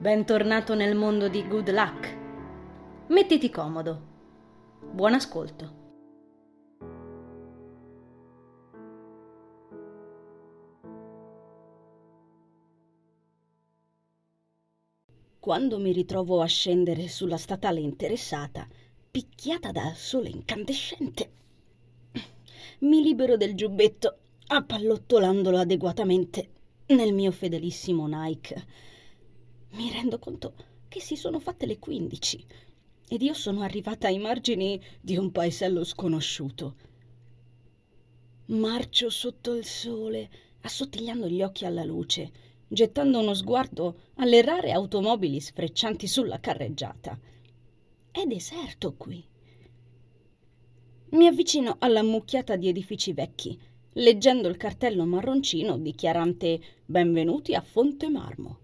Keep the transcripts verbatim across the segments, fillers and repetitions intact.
Bentornato nel mondo di Good Luck. Mettiti comodo. Buon ascolto. Quando mi ritrovo a scendere sulla statale interessata, picchiata dal sole incandescente, mi libero del giubbetto, appallottolandolo adeguatamente nel mio fedelissimo Nike. Mi rendo conto che si sono fatte le quindici ed io sono arrivata ai margini di un paesello sconosciuto. Marcio sotto il sole, assottigliando gli occhi alla luce, gettando uno sguardo alle rare automobili sfreccianti sulla carreggiata. È deserto qui. Mi avvicino alla mucchiata di edifici vecchi, leggendo il cartello marroncino dichiarante «Benvenuti a Fonte Marmo».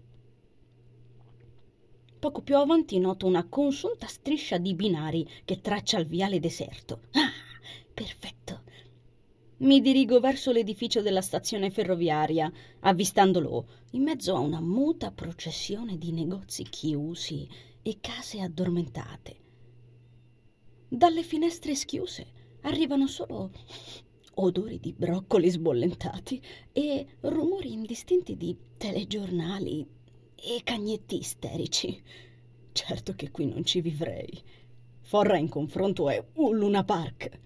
Poco più avanti noto una consunta striscia di binari che traccia il viale deserto. Ah, perfetto! Mi dirigo verso l'edificio della stazione ferroviaria, avvistandolo in mezzo a una muta processione di negozi chiusi e case addormentate. Dalle finestre schiuse arrivano solo odori di broccoli sbollentati e rumori indistinti di telegiornali e cagnetti isterici. Certo che qui non ci vivrei. Forra in confronto è un Luna Park.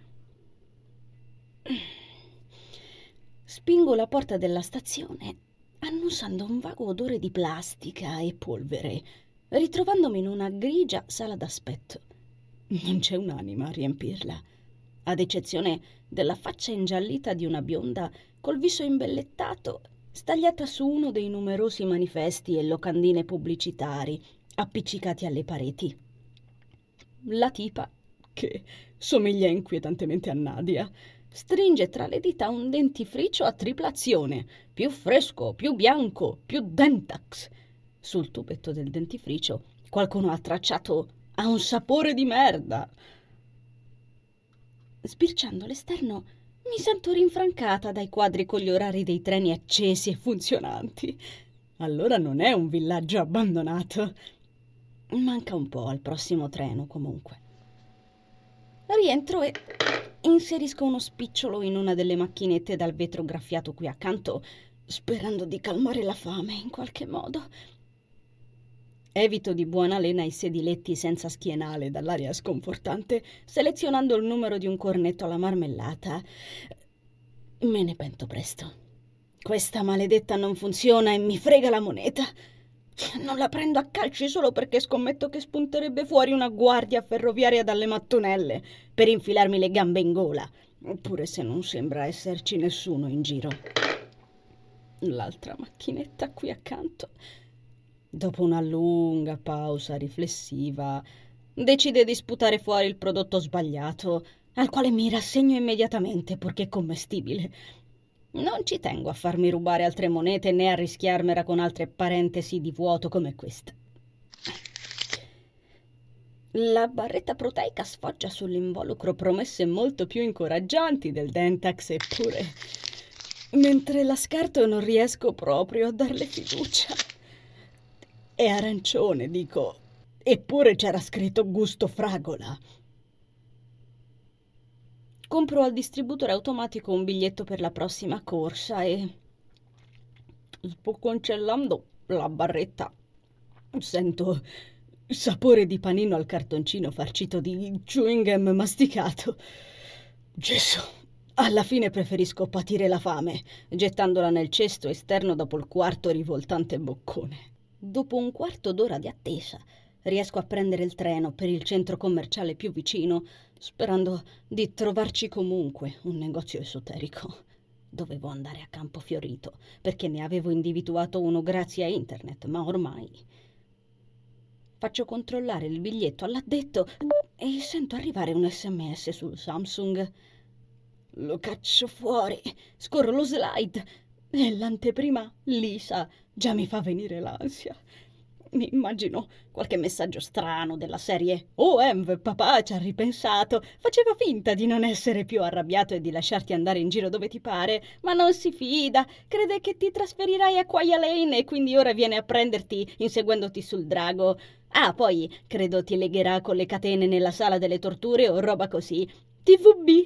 Spingo la porta della stazione, annusando un vago odore di plastica e polvere, ritrovandomi in una grigia sala d'aspetto. Non c'è un'anima a riempirla, ad eccezione della faccia ingiallita di una bionda col viso imbellettato, stagliata su uno dei numerosi manifesti e locandine pubblicitari appiccicati alle pareti. La tipa, che somiglia inquietantemente a Nadia, stringe tra le dita un dentifricio a tripla azione, più fresco, più bianco, più Dentax. Sul tubetto del dentifricio qualcuno ha tracciato «Ha un sapore di merda». Sbirciando l'esterno, mi sento rinfrancata dai quadri con gli orari dei treni accesi e funzionanti. Allora non è un villaggio abbandonato. Manca un po' al prossimo treno, comunque. Rientro e inserisco uno spicciolo in una delle macchinette dal vetro graffiato qui accanto, sperando di calmare la fame in qualche modo. Evito di buona lena i sediletti senza schienale dall'aria sconfortante, selezionando il numero di un cornetto alla marmellata. Me ne pento presto. Questa maledetta non funziona e mi frega la moneta. Non la prendo a calci solo perché scommetto che spunterebbe fuori una guardia ferroviaria dalle mattonelle per infilarmi le gambe in gola, pure se non sembra esserci nessuno in giro. L'altra macchinetta qui accanto, dopo una lunga pausa riflessiva, decide di sputare fuori il prodotto sbagliato, al quale mi rassegno immediatamente purché commestibile. Non ci tengo a farmi rubare altre monete né a rischiarmela con altre parentesi di vuoto come questa. La barretta proteica sfoggia sull'involucro promesse molto più incoraggianti del Dentax, eppure, mentre la scarto non riesco proprio a darle fiducia. È arancione, dico, eppure c'era scritto gusto fragola. Compro al distributore automatico un biglietto per la prossima corsa e, sbocconcellando la barretta, sento sapore di panino al cartoncino farcito di chewing gum masticato. Gesù, alla fine preferisco patire la fame, gettandola nel cesto esterno dopo il quarto rivoltante boccone. Dopo un quarto d'ora di attesa, riesco a prendere il treno per il centro commerciale più vicino, sperando di trovarci comunque un negozio esoterico. Dovevo andare a Campofiorito, perché ne avevo individuato uno grazie a internet, ma ormai... Faccio controllare il biglietto all'addetto e sento arrivare un sms sul Samsung. Lo caccio fuori, scorro lo slide e l'anteprima lisa già mi fa venire l'ansia. mi immagino qualche messaggio strano della serie «Oh, Em, papà ci ha ripensato». Faceva finta di non essere più arrabbiato e di lasciarti andare in giro dove ti pare, ma non si fida. Crede che ti trasferirai a Quaglia Lane e quindi ora viene a prenderti inseguendoti sul drago. Ah, poi credo ti legherà con le catene nella sala delle torture o roba così. T V B.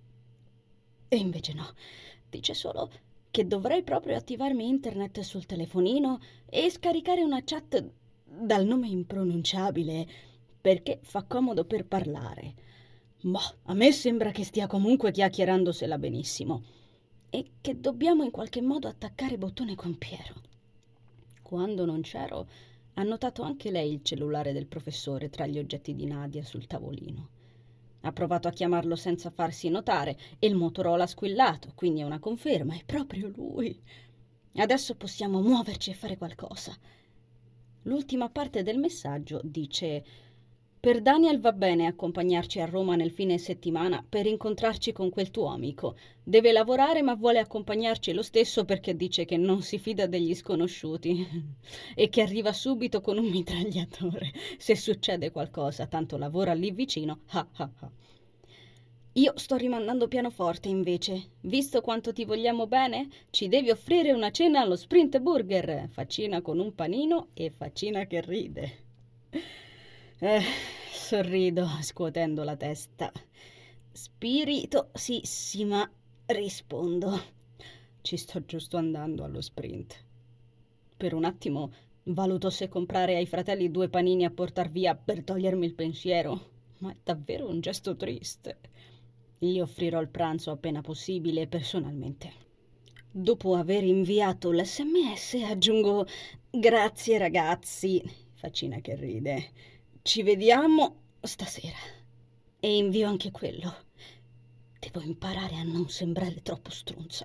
E invece no, dice solo che dovrei proprio attivarmi internet sul telefonino e scaricare una chat dal nome impronunciabile, perché fa comodo per parlare. Ma a me sembra che stia comunque chiacchierandosela benissimo e che dobbiamo in qualche modo attaccare bottone con Piero. Quando non c'ero, ha notato anche lei il cellulare del professore tra gli oggetti di Nadia sul tavolino. Ha provato a chiamarlo senza farsi notare e il Motorola ha squillato, quindi è una conferma, è proprio lui. Adesso possiamo muoverci e fare qualcosa. L'ultima parte del messaggio dice: per Daniel va bene accompagnarci a Roma nel fine settimana per incontrarci con quel tuo amico. Deve lavorare ma vuole accompagnarci lo stesso perché dice che non si fida degli sconosciuti e che arriva subito con un mitragliatore se succede qualcosa, tanto lavora lì vicino. Ah ah ah. Io sto rimandando pianoforte invece. Visto quanto ti vogliamo bene, ci devi offrire una cena allo Sprint Burger, faccina con un panino e faccina che ride. Eh, sorrido, scuotendo la testa. Spiritosissima, rispondo. Ci sto giusto andando allo Sprint. Per un attimo valuto se comprare ai fratelli due panini a portar via per togliermi il pensiero, ma è davvero un gesto triste. Gli offrirò il pranzo appena possibile personalmente. Dopo aver inviato l'esse emme esse aggiungo «Grazie ragazzi», faccina che ride. Ci vediamo stasera. E invio anche quello. Devo imparare a non sembrare troppo strunza.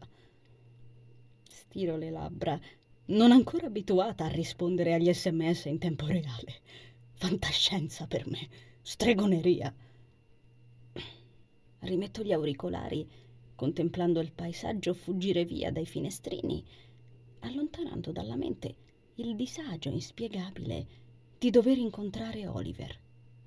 Stiro le labbra, non ancora abituata a rispondere agli esse emme esse in tempo reale. Fantascienza per me, stregoneria. Rimetto gli auricolari, contemplando il paesaggio fuggire via dai finestrini, allontanando dalla mente il disagio inspiegabile di dover incontrare Oliver.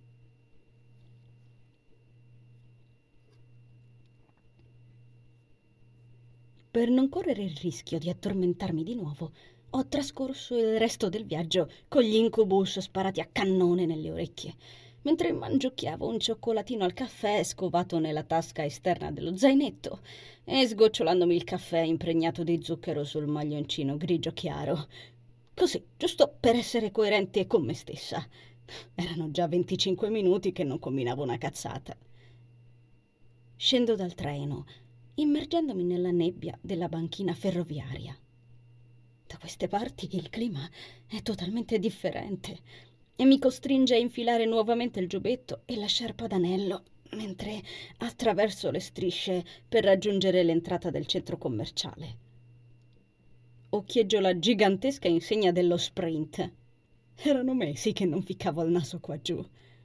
Per non correre il rischio di addormentarmi di nuovo, ho trascorso il resto del viaggio con gli incubus sparati a cannone nelle orecchie, mentre mangiucchiavo un cioccolatino al caffè scovato nella tasca esterna dello zainetto e sgocciolandomi il caffè impregnato di zucchero sul maglioncino grigio chiaro. Così, giusto per essere coerente con me stessa. Erano già venticinque minuti che non combinavo una cazzata. Scendo dal treno, immergendomi nella nebbia della banchina ferroviaria. Da queste parti il clima è totalmente differente e mi costringe a infilare nuovamente il giubbetto e la sciarpa d'anello mentre attraverso le strisce per raggiungere l'entrata del centro commerciale. Occhieggio la gigantesca insegna dello Sprint. Erano mesi che non ficcavo il naso qua giù.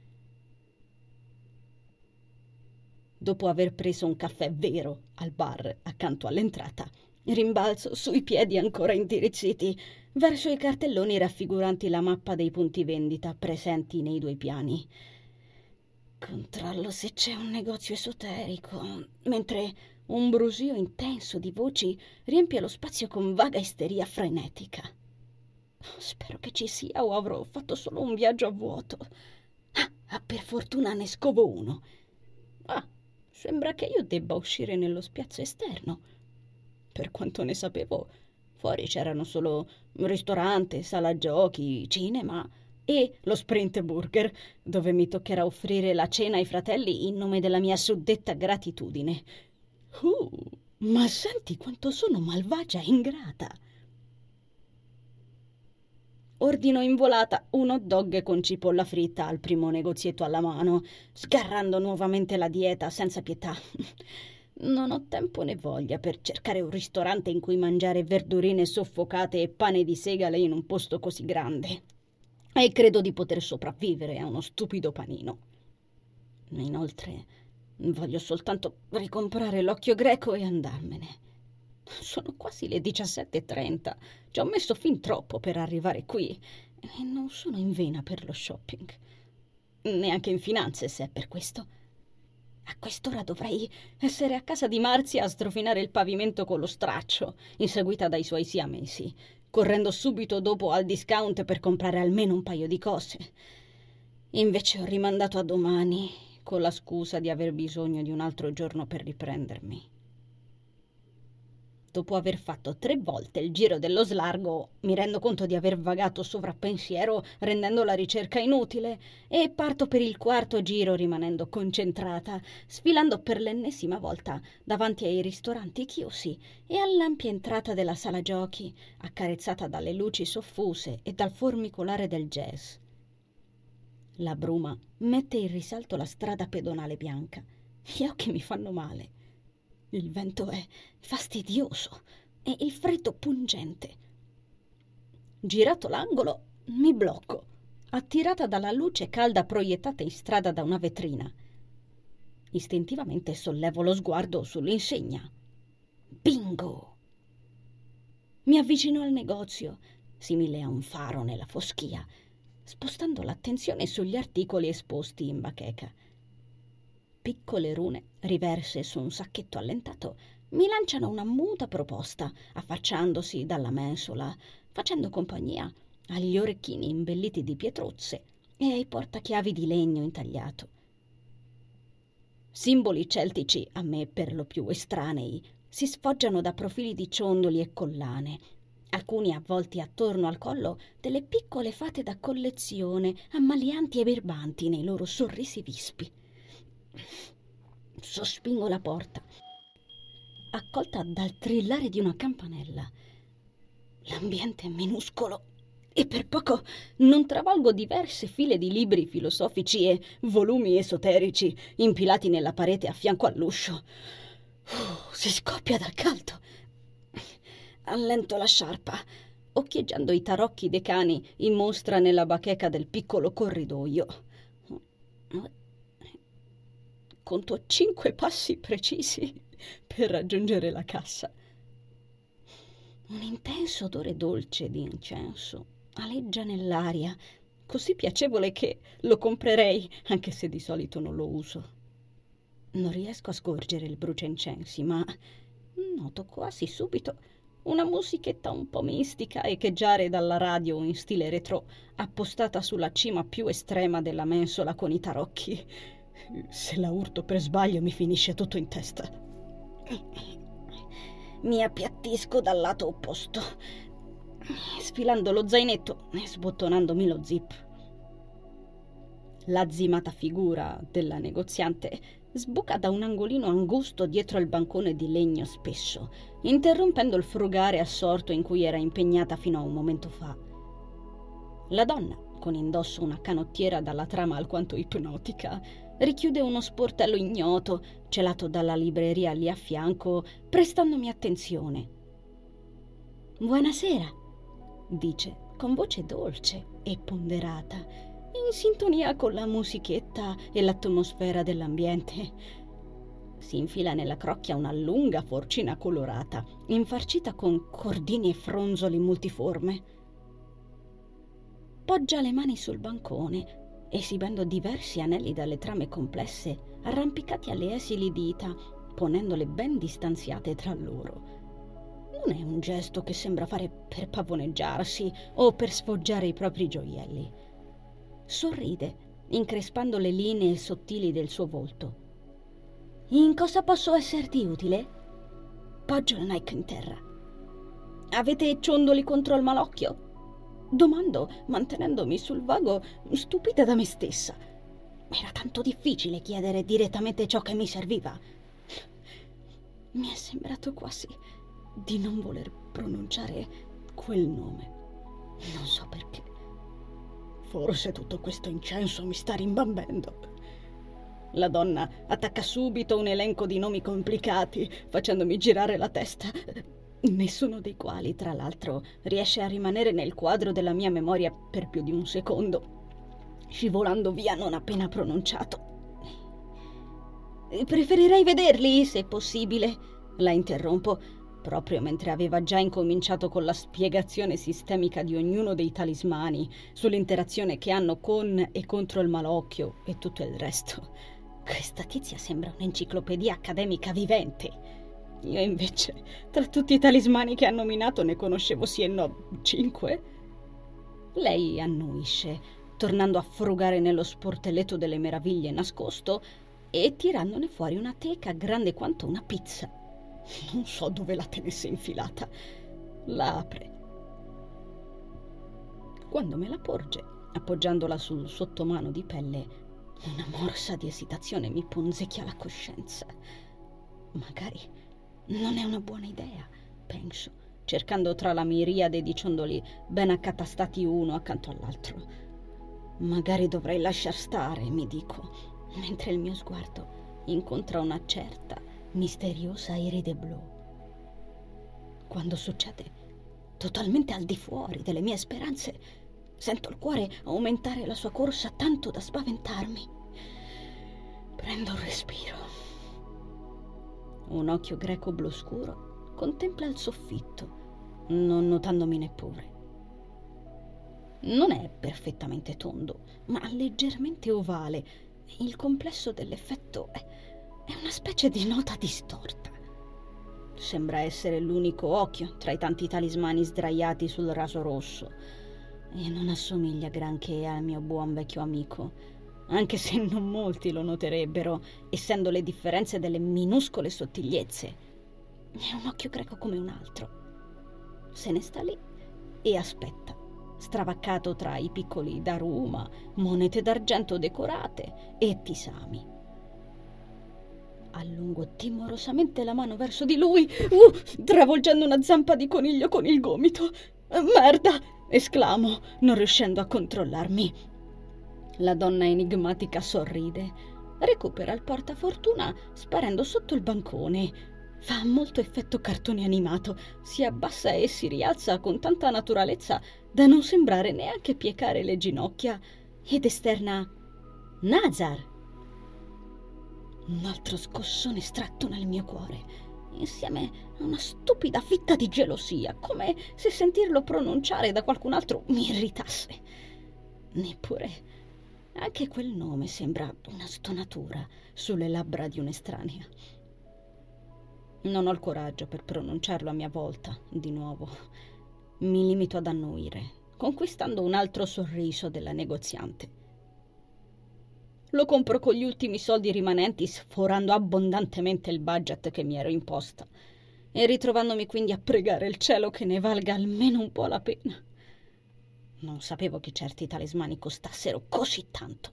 Dopo aver preso un caffè vero al bar accanto all'entrata, rimbalzo sui piedi ancora indirizziti verso i cartelloni raffiguranti la mappa dei punti vendita presenti nei due piani. Controllo se c'è un negozio esoterico, mentre un brusio intenso di voci riempie lo spazio con vaga isteria frenetica. Spero che ci sia o avrò fatto solo un viaggio a vuoto. Ah, per fortuna ne scovo uno. Ah, sembra che io debba uscire nello spiazzo esterno. Per quanto ne sapevo, fuori c'erano solo ristorante, sala giochi, cinema e lo Sprint Burger, dove mi toccherà offrire la cena ai fratelli in nome della mia suddetta gratitudine. Uh, ma senti quanto sono malvagia e ingrata. Ordino in volata un hot dog con cipolla fritta al primo negozietto alla mano, sgarrando nuovamente la dieta senza pietà. Non ho tempo né voglia per cercare un ristorante in cui mangiare verdurine soffocate e pane di segale in un posto così grande. E credo di poter sopravvivere a uno stupido panino. Inoltre, voglio soltanto ricomprare l'occhio greco e andarmene. Sono quasi le diciassette e trenta. Ci ho messo fin troppo per arrivare qui e non sono in vena per lo shopping, neanche in finanze, se è per questo. A quest'ora dovrei essere a casa di Marzia a strofinare il pavimento con lo straccio, inseguita dai suoi siamesi, correndo subito dopo al discount per comprare almeno un paio di cose. Invece ho rimandato a domani, con la scusa di aver bisogno di un altro giorno per riprendermi. Dopo aver fatto tre volte il giro dello slargo, mi rendo conto di aver vagato sovrappensiero, rendendo la ricerca inutile, e parto per il quarto giro rimanendo concentrata, sfilando per l'ennesima volta davanti ai ristoranti chiusi e all'ampia entrata della sala giochi, accarezzata dalle luci soffuse e dal formicolare del jazz. La bruma mette in risalto la strada pedonale bianca. Gli occhi mi fanno male. Il vento è fastidioso e il freddo pungente. Girato l'angolo, mi blocco, attirata dalla luce calda proiettata in strada da una vetrina. Istintivamente sollevo lo sguardo sull'insegna. Bingo! Mi avvicino al negozio, simile a un faro nella foschia, spostando l'attenzione sugli articoli esposti in bacheca. Piccole rune, riverse su un sacchetto allentato, mi lanciano una muta proposta, affacciandosi dalla mensola, facendo compagnia agli orecchini imbelliti di pietruzze e ai portachiavi di legno intagliato. Simboli celtici, a me per lo più estranei, si sfoggiano da profili di ciondoli e collane, alcuni avvolti attorno al collo delle piccole fate da collezione, ammalianti e birbanti nei loro sorrisi vispi. Sospingo la porta, accolta dal trillare di una campanella. L'ambiente è minuscolo e per poco non travolgo diverse file di libri filosofici e volumi esoterici impilati nella parete a fianco all'uscio. Uh, si scoppia dal caldo. Allento la sciarpa, occhieggiando i tarocchi decani in mostra nella bacheca del piccolo corridoio. Conto cinque passi precisi per raggiungere la cassa. Un intenso odore dolce di incenso aleggia nell'aria, così piacevole che lo comprerei, anche se di solito non lo uso. Non riesco a scorgere il bruciaincensi, ma noto quasi subito una musichetta un po' mistica echeggiare dalla radio in stile retro, appostata sulla cima più estrema della mensola con i tarocchi. Se la urto per sbaglio mi finisce tutto in testa. Mi appiattisco dal lato opposto, sfilando lo zainetto e sbottonandomi lo zip. L'azzimata figura della negoziante sbuca da un angolino angusto dietro il bancone di legno spesso, interrompendo il frugare assorto in cui era impegnata fino a un momento fa. La donna, con indosso una canottiera dalla trama alquanto ipnotica, richiude uno sportello ignoto, celato dalla libreria lì a fianco, prestandomi attenzione. «Buonasera», dice, con voce dolce e ponderata, in sintonia con la musichetta e l'atmosfera dell'ambiente. Si infila nella crocchia una lunga forcina colorata, infarcita con cordini e fronzoli multiforme. Poggia le mani sul bancone, esibendo diversi anelli dalle trame complesse, arrampicati alle esili dita, ponendole ben distanziate tra loro. Non è un gesto che sembra fare per pavoneggiarsi o per sfoggiare i propri gioielli. Sorride, increspando le linee sottili del suo volto. «In cosa posso esserti utile?» Poggio il Nike in terra. «Avete ciondoli contro il malocchio?» Domando, mantenendomi sul vago, stupita da me stessa. Era tanto difficile chiedere direttamente ciò che mi serviva. Mi è sembrato quasi di non voler pronunciare quel nome. Non so perché. Forse tutto questo incenso mi sta rimbambendo. La donna attacca subito un elenco di nomi complicati, facendomi girare la testa, nessuno dei quali, tra l'altro, riesce a rimanere nel quadro della mia memoria per più di un secondo, scivolando via non appena pronunciato. «Preferirei vederli, se possibile», la interrompo, proprio mentre aveva già incominciato con la spiegazione sistemica di ognuno dei talismani, sull'interazione che hanno con e contro il malocchio e tutto il resto. Questa tizia sembra un'enciclopedia accademica vivente. Io invece, tra tutti i talismani che ha nominato, ne conoscevo sì e no cinque. Lei annuisce, tornando a frugare nello sportelletto delle meraviglie nascosto e tirandone fuori una teca grande quanto una pizza. Non so dove la tenesse infilata. La apre. Quando me la porge, appoggiandola sul sottomano di pelle, una morsa di esitazione mi punzecchia la coscienza. Magari non è una buona idea, penso, cercando tra la miriade di ciondoli ben accatastati uno accanto all'altro. Magari dovrei lasciar stare, mi dico, mentre il mio sguardo incontra una certa misteriosa iride blu. Quando succede, totalmente al di fuori delle mie speranze, sento il cuore aumentare la sua corsa tanto da spaventarmi. Prendo un respiro. Un occhio greco blu scuro contempla il soffitto, non notandomi neppure. Non è perfettamente tondo, ma leggermente ovale. Il complesso dell'effetto è, è una specie di nota distorta. Sembra essere l'unico occhio tra i tanti talismani sdraiati sul raso rosso e non assomiglia granché al mio buon vecchio amico, anche se non molti lo noterebbero, essendo le differenze delle minuscole sottigliezze. È un occhio greco come un altro. Se ne sta lì e aspetta, stravaccato tra i piccoli daruma, monete d'argento decorate e tisami. Allungo timorosamente la mano verso di lui, uh, travolgendo una zampa di coniglio con il gomito. «Merda!» esclamo, non riuscendo a controllarmi. La donna enigmatica sorride, recupera il portafortuna sparendo sotto il bancone. Fa molto effetto cartone animato, si abbassa e si rialza con tanta naturalezza da non sembrare neanche piegare le ginocchia ed esterna «Nazar!». Un altro scossone stretto nel mio cuore, insieme a una stupida fitta di gelosia, come se sentirlo pronunciare da qualcun altro mi irritasse. Neppure anche quel nome sembra una stonatura sulle labbra di un'estranea. Non ho il coraggio per pronunciarlo a mia volta, di nuovo. Mi limito ad annuire, conquistando un altro sorriso della negoziante. Lo compro con gli ultimi soldi rimanenti, sforando abbondantemente il budget che mi ero imposta, e ritrovandomi quindi a pregare il cielo che ne valga almeno un po' la pena. Non sapevo che certi talismani costassero così tanto.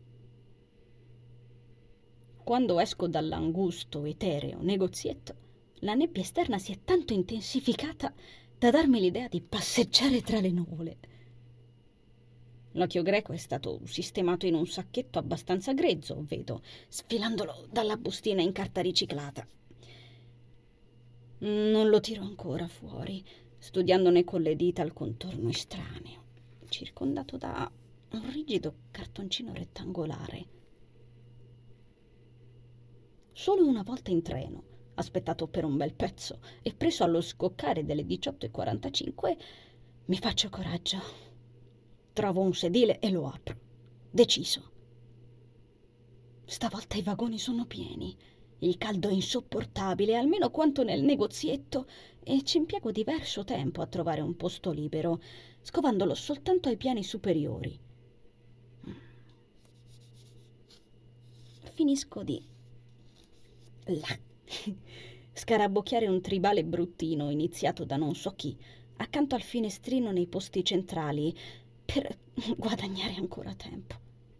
Quando esco dall'angusto, etereo negozietto, la nebbia esterna si è tanto intensificata da darmi l'idea di passeggiare tra le nuvole. L'occhio greco è stato sistemato in un sacchetto abbastanza grezzo, vedo, sfilandolo dalla bustina in carta riciclata. Non lo tiro ancora fuori, studiandone con le dita il contorno estraneo, circondato da un rigido cartoncino rettangolare. Solo una volta in treno, aspettato per un bel pezzo e preso allo scoccare delle diciotto e quarantacinque, mi faccio coraggio. Trovo un sedile e lo apro. Deciso. Stavolta i vagoni sono pieni. Il caldo è insopportabile, almeno quanto nel negozietto, e ci impiego diverso tempo a trovare un posto libero, scovandolo soltanto ai piani superiori. Finisco di là scarabocchiare un tribale bruttino iniziato da non so chi, accanto al finestrino nei posti centrali, per guadagnare ancora tempo.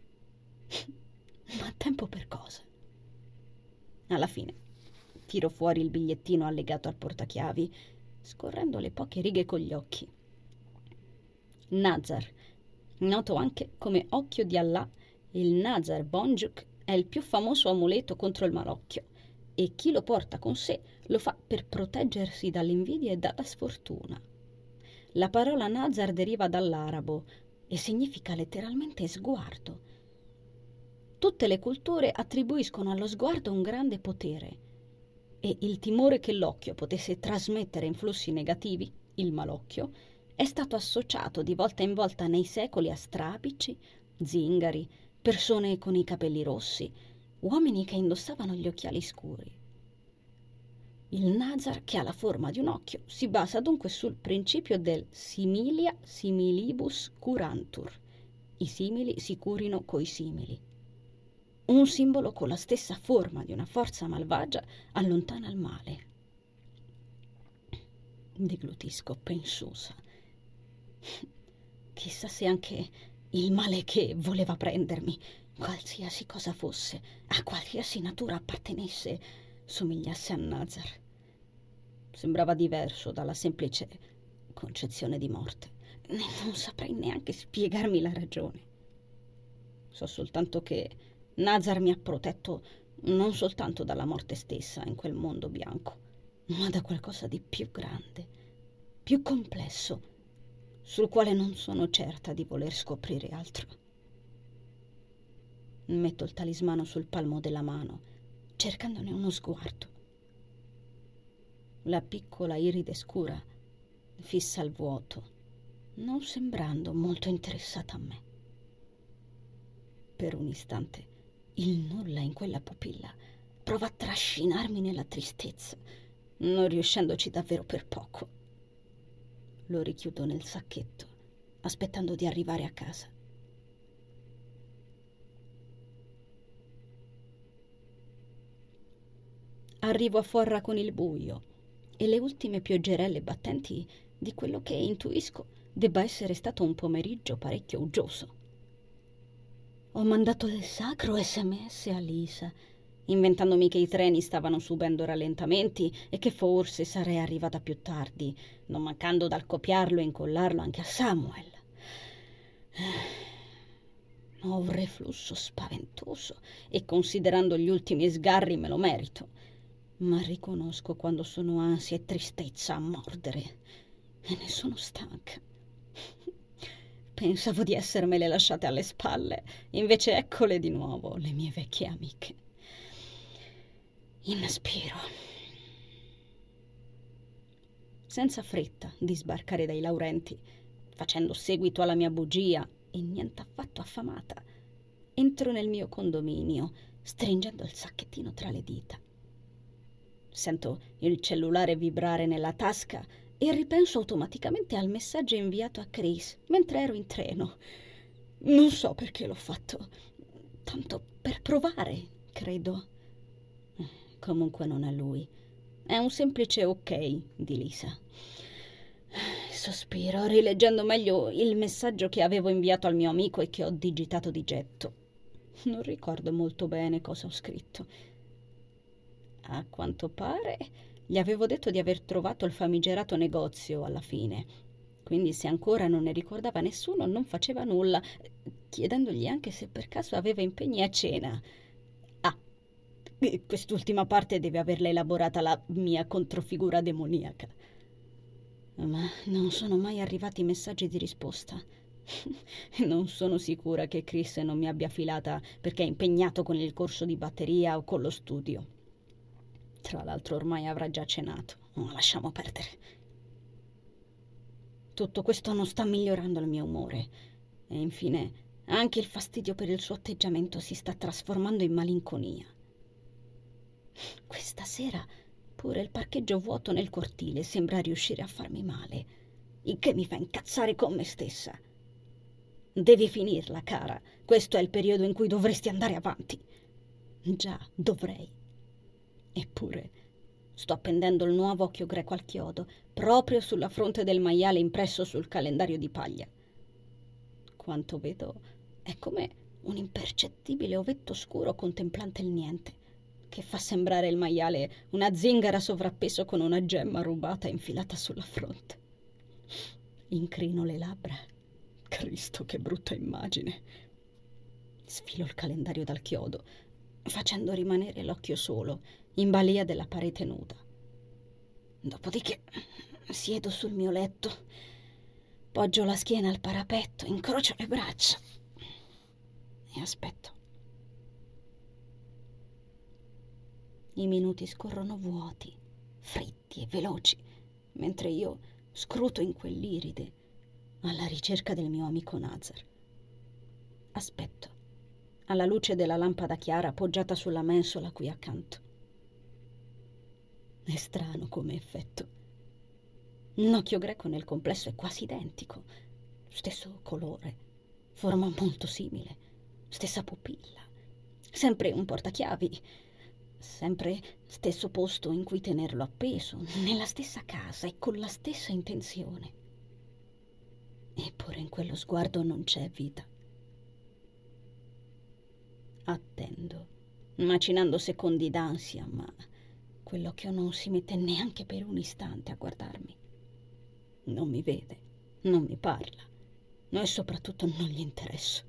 Ma tempo per cosa? Alla fine tiro fuori il bigliettino allegato al portachiavi, scorrendo le poche righe con gli occhi. Nazar, noto anche come occhio di Allah, il Nazar Bonjuk è il più famoso amuleto contro il malocchio e chi lo porta con sé lo fa per proteggersi dall'invidia e dalla sfortuna. La parola Nazar deriva dall'arabo e significa letteralmente sguardo. Tutte le culture attribuiscono allo sguardo un grande potere. e il timore che l'occhio potesse trasmettere influssi negativi, il malocchio, è stato associato di volta in volta nei secoli a strabici, zingari, persone con i capelli rossi, uomini che indossavano gli occhiali scuri. Il nazar, che ha la forma di un occhio, si basa dunque sul principio del similia similibus curantur. I simili si curino coi simili. Un simbolo con la stessa forma di una forza malvagia allontana il male. Deglutisco pensosa. Chissà se anche il male che voleva prendermi, qualsiasi cosa fosse, a qualsiasi natura appartenesse, somigliasse a Nazar. Sembrava diverso dalla semplice concezione di morte. Non saprei neanche spiegarmi la ragione. So soltanto che Nazar mi ha protetto non soltanto dalla morte stessa in quel mondo bianco, ma da qualcosa di più grande, più complesso, sul quale non sono certa di voler scoprire altro. Metto il talismano sul palmo della mano, cercandone uno sguardo. La piccola iride scura fissa il vuoto, non sembrando molto interessata a me. Per un istante il nulla in quella pupilla prova a trascinarmi nella tristezza, non riuscendoci davvero per poco. Lo richiudo nel sacchetto, aspettando di arrivare a casa. Arrivo a Forra con il buio e le ultime pioggerelle battenti di quello che intuisco debba essere stato un pomeriggio parecchio uggioso. Ho mandato del sacro sms a Lisa, inventandomi che i treni stavano subendo rallentamenti e che forse sarei arrivata più tardi, non mancando dal copiarlo e incollarlo anche a Samuel. Ho un reflusso spaventoso e considerando gli ultimi sgarri me lo merito, ma riconosco quando sono ansia e tristezza a mordere e ne sono stanca. Pensavo di essermele lasciate alle spalle, invece eccole di nuovo, le mie vecchie amiche. Inspiro. Senza fretta di sbarcare dai Laurenti, facendo seguito alla mia bugia e niente affatto affamata, entro nel mio condominio, stringendo il sacchettino tra le dita. Sento il cellulare vibrare nella tasca e ripenso automaticamente al messaggio inviato a Chris mentre ero in treno. Non so perché l'ho fatto, tanto per provare, credo. Comunque non è lui. È un semplice ok di Lisa. Sospiro, rileggendo meglio il messaggio che avevo inviato al mio amico e che ho digitato di getto. Non ricordo molto bene cosa ho scritto. A quanto pare gli avevo detto di aver trovato il famigerato negozio alla fine, quindi se ancora non ne ricordava nessuno non faceva nulla, chiedendogli anche se per caso aveva impegni a cena. Ah, quest'ultima parte deve averla elaborata la mia controfigura demoniaca. Ma non sono mai arrivati messaggi di risposta. Non sono sicura che Chris non mi abbia filata perché è impegnato con il corso di batteria o con lo studio. Tra l'altro ormai avrà già cenato, ma lasciamo perdere. Tutto questo non sta migliorando il mio umore e infine anche il fastidio per il suo atteggiamento si sta trasformando in malinconia. Questa sera pure il parcheggio vuoto nel cortile sembra riuscire a farmi male, il che mi fa incazzare con me stessa. Devi finirla, cara. Questo è il periodo in cui dovresti andare avanti. Già, dovrei. Eppure sto appendendo il nuovo occhio greco al chiodo proprio sulla fronte del maiale impresso sul calendario di paglia. Quanto vedo è come un impercettibile ovetto scuro contemplante il niente, che fa sembrare il maiale una zingara sovrappeso con una gemma rubata infilata sulla fronte. Incrino le labbra. Cristo, che brutta immagine. Sfilo il calendario dal chiodo, facendo rimanere l'occhio solo in balia della parete nuda. Dopodiché siedo sul mio letto, poggio la schiena al parapetto, incrocio le braccia e aspetto. I minuti scorrono vuoti, fritti e veloci, mentre io scruto in quell'iride alla ricerca del mio amico Nazar. Aspetto, alla luce della lampada chiara appoggiata sulla mensola qui accanto. È strano come effetto. L'occhio greco nel complesso è quasi identico, stesso colore, forma molto simile, stessa pupilla, sempre un portachiavi, sempre stesso posto in cui tenerlo appeso, nella stessa casa e con la stessa intenzione. Eppure in quello sguardo non c'è vita. Attendo, macinando secondi d'ansia, ma quell'occhio non si mette neanche per un istante a guardarmi. Non mi vede, non mi parla, e soprattutto non gli interesso.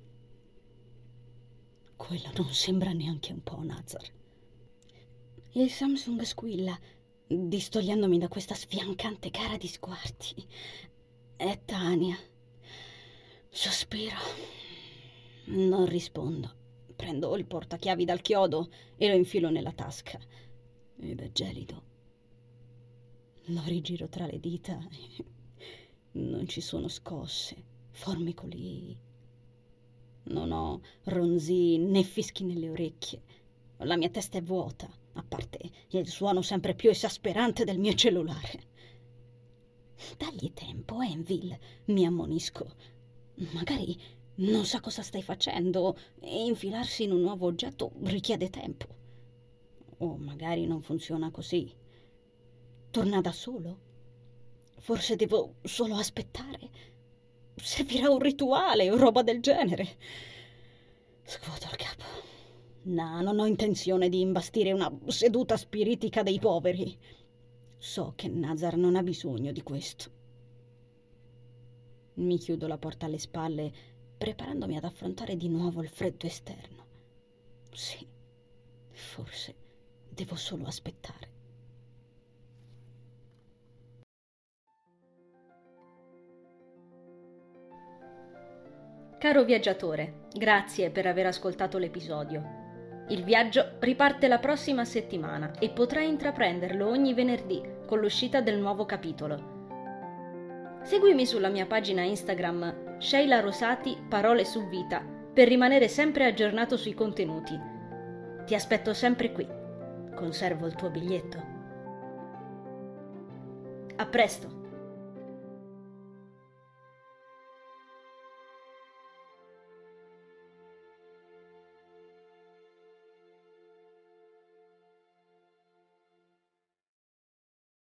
Quello non sembra neanche un po' Nazar. Il Samsung squilla, distogliendomi da questa sfiancante gara di sguardi. È Tania. Sospiro. Non rispondo. Prendo il portachiavi dal chiodo e lo infilo nella tasca. Ed è gelido. Lo rigiro tra le dita. Non ci sono scosse, formicoli. Non ho ronzii né fischi nelle orecchie. La mia testa è vuota, a parte il suono sempre più esasperante del mio cellulare. Dagli tempo, Envil, mi ammonisco. Magari non sa cosa stai facendo e infilarsi in un nuovo oggetto richiede tempo. O magari non funziona così. Torna da solo? Forse devo solo aspettare? Servirà un rituale o roba del genere? Scuoto il capo. No, non ho intenzione di imbastire una seduta spiritica dei poveri. So che Nazar non ha bisogno di questo. Mi chiudo la porta alle spalle, preparandomi ad affrontare di nuovo il freddo esterno. Sì, forse devo solo aspettare. Caro viaggiatore, grazie per aver ascoltato l'episodio. Il viaggio riparte la prossima settimana e potrai intraprenderlo ogni venerdì con l'uscita del nuovo capitolo. Seguimi sulla mia pagina Instagram Sheila Rosati Parole su Vita per rimanere sempre aggiornato sui contenuti. Ti aspetto sempre qui. Conservo il tuo biglietto. A presto!